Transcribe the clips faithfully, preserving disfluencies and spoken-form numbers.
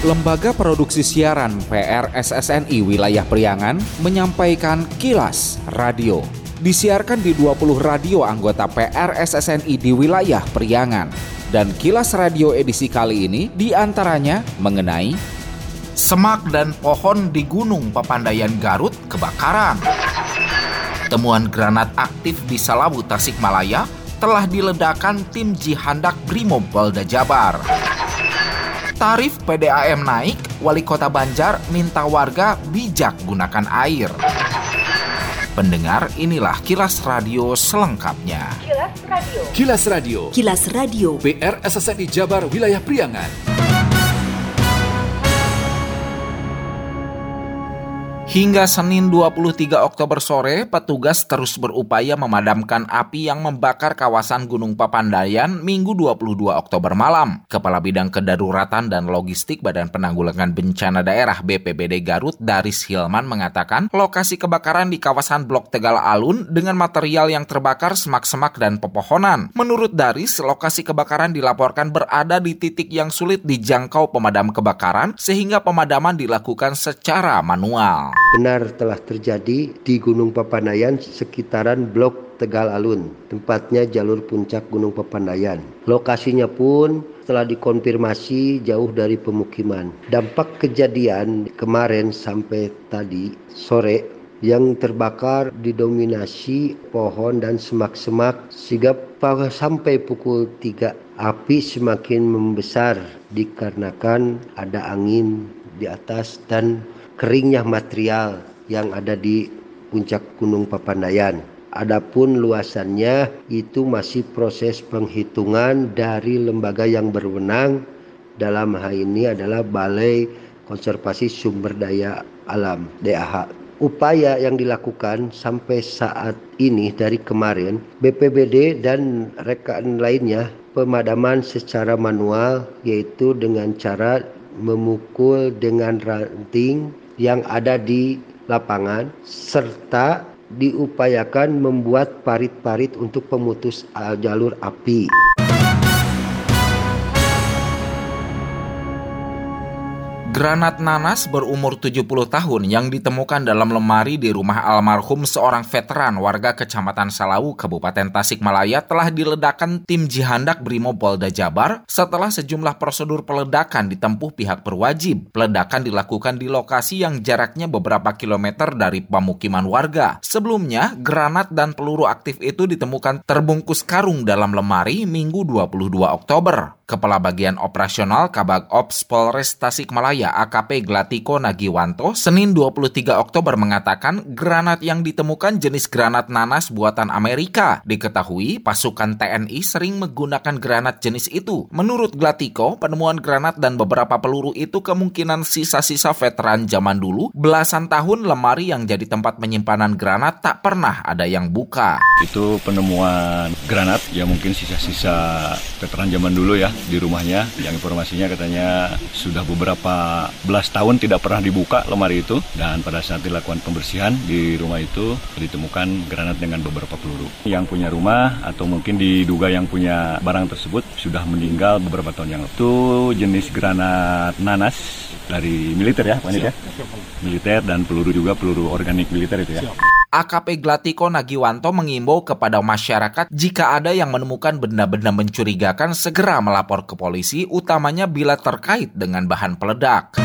Lembaga Produksi Siaran P R S S N I Wilayah Priangan menyampaikan Kilas Radio. Disiarkan di dua puluh radio anggota P R S S N I di wilayah Priangan. Dan Kilas Radio edisi kali ini diantaranya mengenai semak dan pohon di Gunung Papandayan Garut kebakaran. Temuan granat aktif di Salawu Tasikmalaya telah diledakkan tim Jihandak Brimob Polda Jabar. Tarif P D A M naik, Wali Kota Banjar minta warga bijak gunakan air. Pendengar, inilah Kilas Radio selengkapnya. Kilas Radio. Kilas Radio. Kilas Radio. P R S S N I Jabar Wilayah Priangan. Hingga Senin dua puluh tiga Oktober sore, petugas terus berupaya memadamkan api yang membakar kawasan Gunung Papandayan Minggu dua puluh dua Oktober malam. Kepala Bidang Kedaruratan dan Logistik Badan Penanggulangan Bencana Daerah B P B D Garut, Daris Hilman mengatakan lokasi kebakaran di kawasan Blok Tegal Alun dengan material yang terbakar semak-semak dan pepohonan. Menurut Daris, lokasi kebakaran dilaporkan berada di titik yang sulit dijangkau pemadam kebakaran sehingga pemadaman dilakukan secara manual. Benar telah terjadi di Gunung Papandayan sekitaran Blok Tegal Alun, tempatnya jalur puncak Gunung Papandayan. Lokasinya pun telah dikonfirmasi jauh dari pemukiman. Dampak kejadian kemarin sampai tadi sore yang terbakar didominasi pohon dan semak-semak sehingga sampai pukul tiga api semakin membesar dikarenakan ada angin di atas dan keringnya material yang ada di puncak Gunung Papandayan. Adapun luasannya itu masih proses penghitungan dari lembaga yang berwenang, dalam hal ini adalah Balai Konservasi Sumber Daya Alam D A H. Upaya yang dilakukan sampai saat ini dari kemarin, B P B D dan rekan lainnya pemadaman secara manual, yaitu dengan cara memukul dengan ranting yang ada di lapangan serta diupayakan membuat parit-parit untuk pemutus jalur api. Granat nanas berumur tujuh puluh tahun yang ditemukan dalam lemari di rumah almarhum seorang veteran warga Kecamatan Salawu, Kabupaten Tasikmalaya telah diledakkan tim Jihandak Brimob Polda Jabar setelah sejumlah prosedur peledakan ditempuh pihak berwajib. Peledakan dilakukan di lokasi yang jaraknya beberapa kilometer dari pemukiman warga. Sebelumnya, granat dan peluru aktif itu ditemukan terbungkus karung dalam lemari Minggu dua puluh dua Oktober. Kepala Bagian Operasional Kabag Ops Polres Tasikmalaya A K P Glatiko Nagiwanto Senin dua puluh tiga Oktober mengatakan granat yang ditemukan jenis granat nanas buatan Amerika. Diketahui pasukan T N I sering menggunakan granat jenis itu. Menurut Glatiko, penemuan granat dan beberapa peluru itu kemungkinan sisa-sisa veteran zaman dulu. Belasan tahun lemari yang jadi tempat penyimpanan granat tak pernah ada yang buka. Itu penemuan granat ya, mungkin sisa-sisa veteran zaman dulu ya di rumahnya, yang informasinya katanya sudah beberapa belas tahun tidak pernah dibuka lemari itu, dan pada saat dilakukan pembersihan di rumah itu ditemukan granat dengan beberapa peluru. Yang punya rumah atau mungkin diduga yang punya barang tersebut sudah meninggal beberapa tahun yang lalu. Itu jenis granat nanas dari militer ya, Pak Nid ya? Militer dan peluru juga peluru organik militer itu ya. A K P Glatiko Nagiwanto mengimbau kepada masyarakat jika ada yang menemukan benda-benda mencurigakan segera melapor ke polisi, utamanya bila terkait dengan bahan peledak.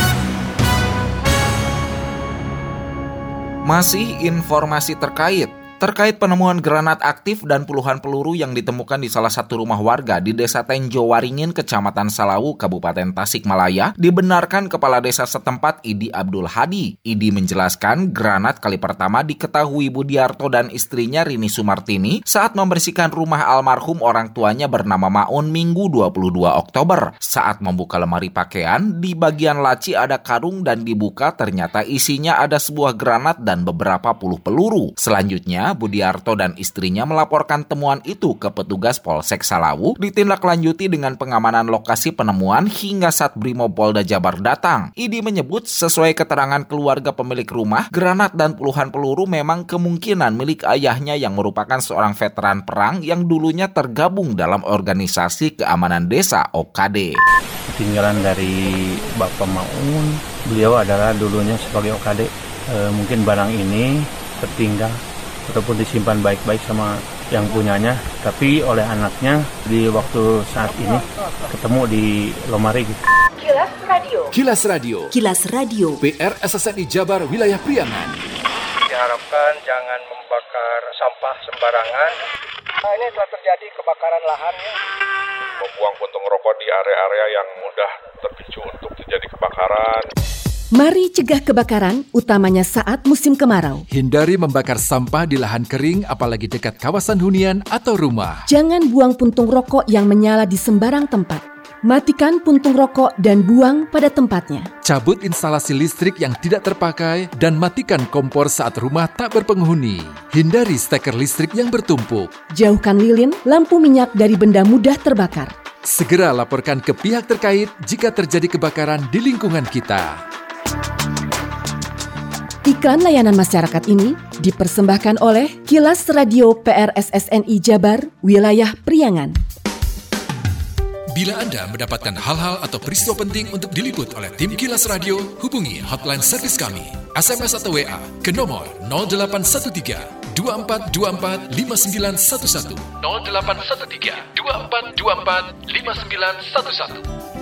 Masih informasi terkait Terkait penemuan granat aktif dan puluhan peluru yang ditemukan di salah satu rumah warga di Desa Tenjo Waringin, Kecamatan Salawu, Kabupaten Tasikmalaya, dibenarkan Kepala Desa setempat Idi Abdul Hadi. Idi menjelaskan granat kali pertama diketahui Budiarto dan istrinya Rini Sumartini saat membersihkan rumah almarhum orang tuanya bernama Maun Minggu dua puluh dua Oktober. Saat membuka lemari pakaian, di bagian laci ada karung dan dibuka ternyata isinya ada sebuah granat dan beberapa puluh peluru. Selanjutnya, Budiarto dan istrinya melaporkan temuan itu ke petugas Polsek Salawu, ditindaklanjuti dengan pengamanan lokasi penemuan hingga saat Brimob Polda Jabar datang. Idi menyebut sesuai keterangan keluarga pemilik rumah, granat dan puluhan peluru memang kemungkinan milik ayahnya yang merupakan seorang veteran perang yang dulunya tergabung dalam organisasi keamanan desa O K D. peninggalan dari Bapak Maun. Beliau adalah dulunya sebagai O K D. E, mungkin barang ini tertinggal ataupun disimpan baik-baik sama yang punyanya, tapi oleh anaknya di waktu saat ini ketemu di lemari gitu. Kilas Radio. Kilas Radio. Kilas Radio. P R S S N I Jabar Wilayah Priangan. Diharapkan jangan membakar sampah sembarangan. Nah, ini telah terjadi kebakaran lahan. Membuang puntung rokok di area-area yang mudah terpicu untuk terjadi kebakaran. Mari cegah kebakaran, utamanya saat musim kemarau. Hindari membakar sampah di lahan kering, apalagi dekat kawasan hunian atau rumah. Jangan buang puntung rokok yang menyala di sembarang tempat. Matikan puntung rokok dan buang pada tempatnya. Cabut instalasi listrik yang tidak terpakai dan matikan kompor saat rumah tak berpenghuni. Hindari steker listrik yang bertumpuk. Jauhkan lilin, lampu minyak dari benda mudah terbakar. Segera laporkan ke pihak terkait jika terjadi kebakaran di lingkungan kita. Iklan layanan masyarakat ini dipersembahkan oleh Kilas Radio P R S S N I Jabar, Wilayah Priangan. Bila Anda mendapatkan hal-hal atau peristiwa penting untuk diliput oleh tim Kilas Radio, hubungi hotline servis kami, S M S atau W A ke nomor nol delapan satu tiga dua empat dua empat lima sembilan satu satu nol delapan satu tiga dua empat dua empat lima sembilan satu satu.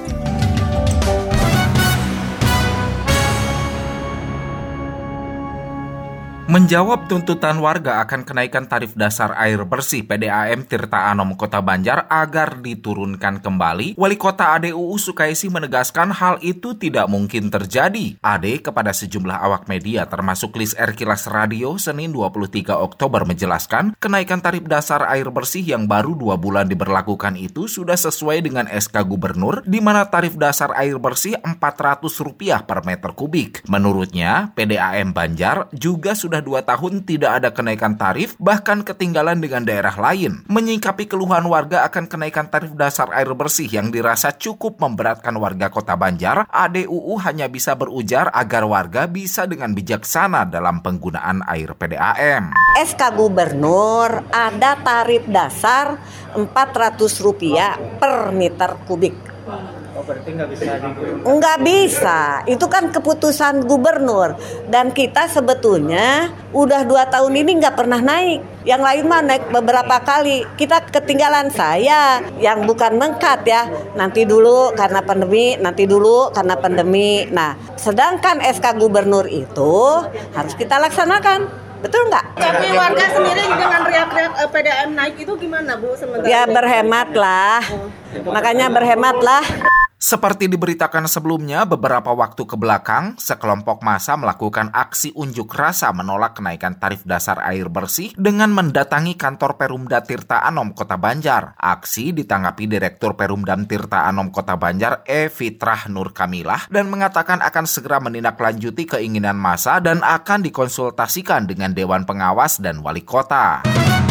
Menjawab tuntutan warga akan kenaikan tarif dasar air bersih, P D A M Tirta Anom Kota Banjar agar diturunkan kembali, Wali Kota A D U U Sukaisi menegaskan hal itu tidak mungkin terjadi. A D kepada sejumlah awak media termasuk Lis R Kilas Radio Senin dua puluh tiga Oktober menjelaskan kenaikan tarif dasar air bersih yang baru dua bulan diberlakukan itu sudah sesuai dengan S K Gubernur di mana tarif dasar air bersih empat ratus rupiah per meter kubik. Menurutnya, P D A M Banjar juga sudah dua tahun tidak ada kenaikan tarif, bahkan ketinggalan dengan daerah lain. Menyikapi keluhan warga akan kenaikan tarif dasar air bersih yang dirasa cukup memberatkan warga Kota Banjar, A D U U hanya bisa berujar agar warga bisa dengan bijaksana dalam penggunaan air P D A M. S K Gubernur ada tarif dasar empat ratus rupiah per meter kubik. Oh, berarti nggak bisa dikurang? Nggak bisa, itu kan keputusan gubernur. Dan kita sebetulnya udah dua tahun ini nggak pernah naik. Yang lain mah naik beberapa kali. Kita ketinggalan saya, yang bukan mengkat ya. Nanti dulu karena pandemi, nanti dulu karena pandemi. Nah, sedangkan S K Gubernur itu harus kita laksanakan. Betul nggak? Tapi warga sendiri dengan riak-riak P D A M naik itu gimana, Bu? Sementara ya berhemat lah. Makanya berhemat lah. Seperti diberitakan sebelumnya, beberapa waktu kebelakang, sekelompok massa melakukan aksi unjuk rasa menolak kenaikan tarif dasar air bersih dengan mendatangi kantor Perumda Tirta Anom Kota Banjar. Aksi ditanggapi Direktur Perumdam Tirta Anom Kota Banjar, E. Fitrah Nur Kamilah, dan mengatakan akan segera menindaklanjuti keinginan massa dan akan dikonsultasikan dengan Dewan Pengawas dan Wali Kota.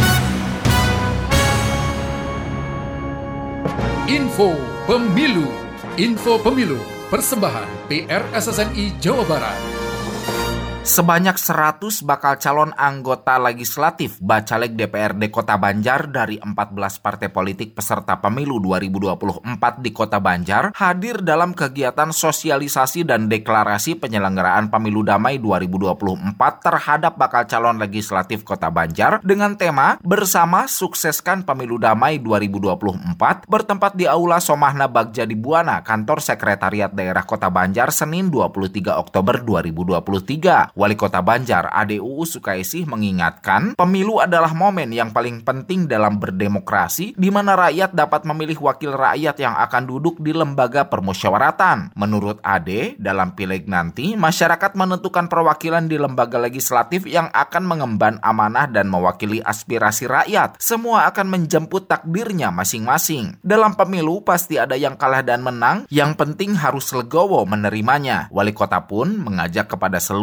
Info Pemilu. Info Pemilu, persembahan P R S S N I Jawa Barat. Sebanyak seratus bakal calon anggota legislatif Bacalek D P R D Kota Banjar dari empat belas partai politik peserta pemilu dua ribu dua puluh empat di Kota Banjar hadir dalam kegiatan sosialisasi dan deklarasi penyelenggaraan pemilu damai dua ribu dua puluh empat terhadap bakal calon legislatif Kota Banjar dengan tema Bersama Sukseskan Pemilu Damai dua ribu dua puluh empat bertempat di Aula Somahna Bagja di Buana, Kantor Sekretariat Daerah Kota Banjar Senin dua puluh tiga Oktober dua ribu dua puluh tiga. Wali Kota Banjar A D U U Sukaisi mengingatkan pemilu adalah momen yang paling penting dalam berdemokrasi di mana rakyat dapat memilih wakil rakyat yang akan duduk di lembaga permusyawaratan. Menurut A D, dalam pileg nanti masyarakat menentukan perwakilan di lembaga legislatif yang akan mengemban amanah dan mewakili aspirasi rakyat. Semua akan menjemput takdirnya masing-masing. Dalam pemilu pasti ada yang kalah dan menang, yang penting harus legowo menerimanya. Wali Kota pun mengajak kepada seluruh yang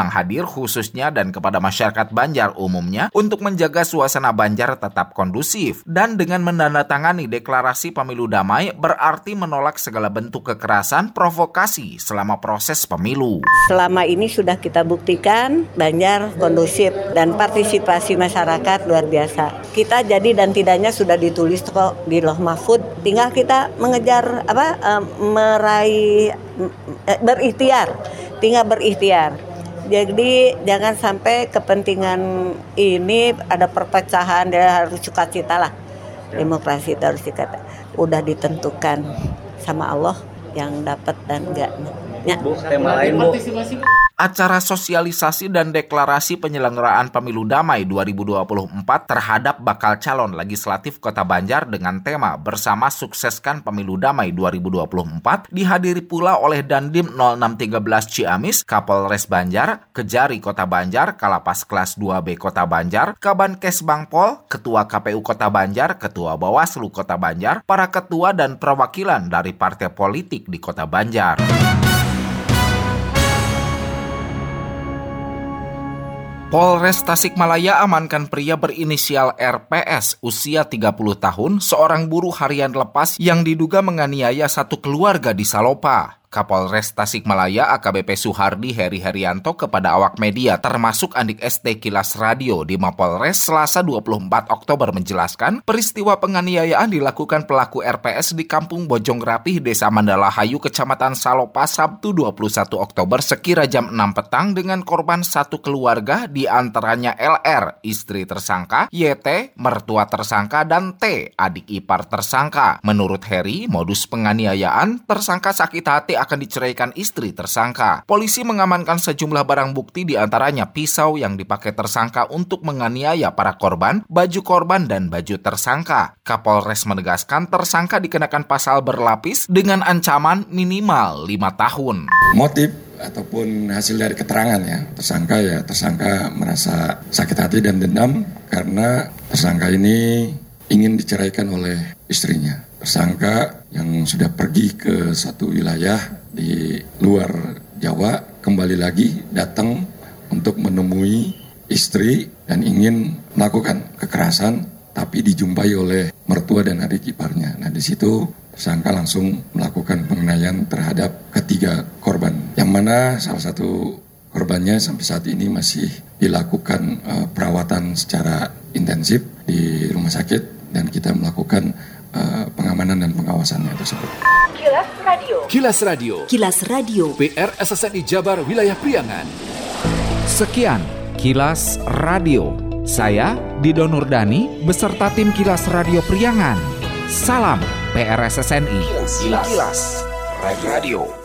yang hadir khususnya dan kepada masyarakat Banjar umumnya untuk menjaga suasana Banjar tetap kondusif. Dan dengan menandatangani deklarasi pemilu damai berarti menolak segala bentuk kekerasan, provokasi selama proses pemilu. Selama ini sudah kita buktikan Banjar kondusif dan partisipasi masyarakat luar biasa. Kita jadi dan tidaknya sudah ditulis kok di Lauh Mahfud. Tinggal kita mengejar apa eh, meraih eh, berikhtiar, tinggal berikhtiar. Jadi jangan sampai kepentingan ini ada perpecahan, dia harus sukacita lah. Demokrasi itu harus dikata udah ditentukan sama Allah yang dapat dan enggaknya. Ya. Bu, tema lain Bu. Acara sosialisasi dan deklarasi penyelenggaraan pemilu damai dua ribu dua puluh empat terhadap bakal calon legislatif Kota Banjar dengan tema Bersama Sukseskan Pemilu Damai dua ribu dua puluh empat dihadiri pula oleh Dandim nol enam satu tiga Ciamis, Kapolres Banjar, Kejari Kota Banjar, Kalapas Kelas dua B Kota Banjar, Kabankes Bangpol, Ketua K P U Kota Banjar, Ketua Bawaslu Kota Banjar, para ketua dan perwakilan dari partai politik di Kota Banjar. Polres Tasikmalaya amankan pria berinisial R P S usia tiga puluh tahun, seorang buruh harian lepas yang diduga menganiaya satu keluarga di Salopa. Kapolres Tasikmalaya A K B P Suhardi Heri Herianto kepada awak media termasuk Andik S T Kilas Radio di Mapolres Selasa dua puluh empat Oktober menjelaskan peristiwa penganiayaan dilakukan pelaku R P S di Kampung Bojong Rapih, Desa Mandala Hayu, Kecamatan Salopa, Sabtu dua puluh satu Oktober sekira jam enam petang dengan korban satu keluarga di antaranya L R, istri tersangka, Y T, mertua tersangka, dan T, adik ipar tersangka. Menurut Heri, modus penganiayaan tersangka sakit hati akan diceraikan istri tersangka. Polisi mengamankan sejumlah barang bukti di antaranya pisau yang dipakai tersangka untuk menganiaya para korban, baju korban, dan baju tersangka. Kapolres menegaskan tersangka dikenakan pasal berlapis dengan ancaman minimal lima tahun. Motif ataupun hasil dari keterangan ya tersangka ya tersangka merasa sakit hati dan dendam karena tersangka ini ingin diceraikan oleh istrinya. Tersangka yang sudah pergi ke suatu wilayah di luar Jawa kembali lagi datang untuk menemui istri dan ingin melakukan kekerasan, tapi dijumpai oleh mertua dan adik iparnya. Nah, di situ tersangka langsung melakukan penganiayaan terhadap ketiga korban, yang mana salah satu korbannya sampai saat ini masih dilakukan uh, perawatan secara intensif di rumah sakit dan kita melakukan Uh, pengamanan dan pengawasannya tersebut. Kilas Radio. Kilas Radio. Kilas Radio. P R S S N I Jabar Wilayah Priangan. Sekian Kilas Radio. Saya Dido Nurdani beserta tim Kilas Radio Priangan. Salam P R S S N I. Kilas, Kilas Radio.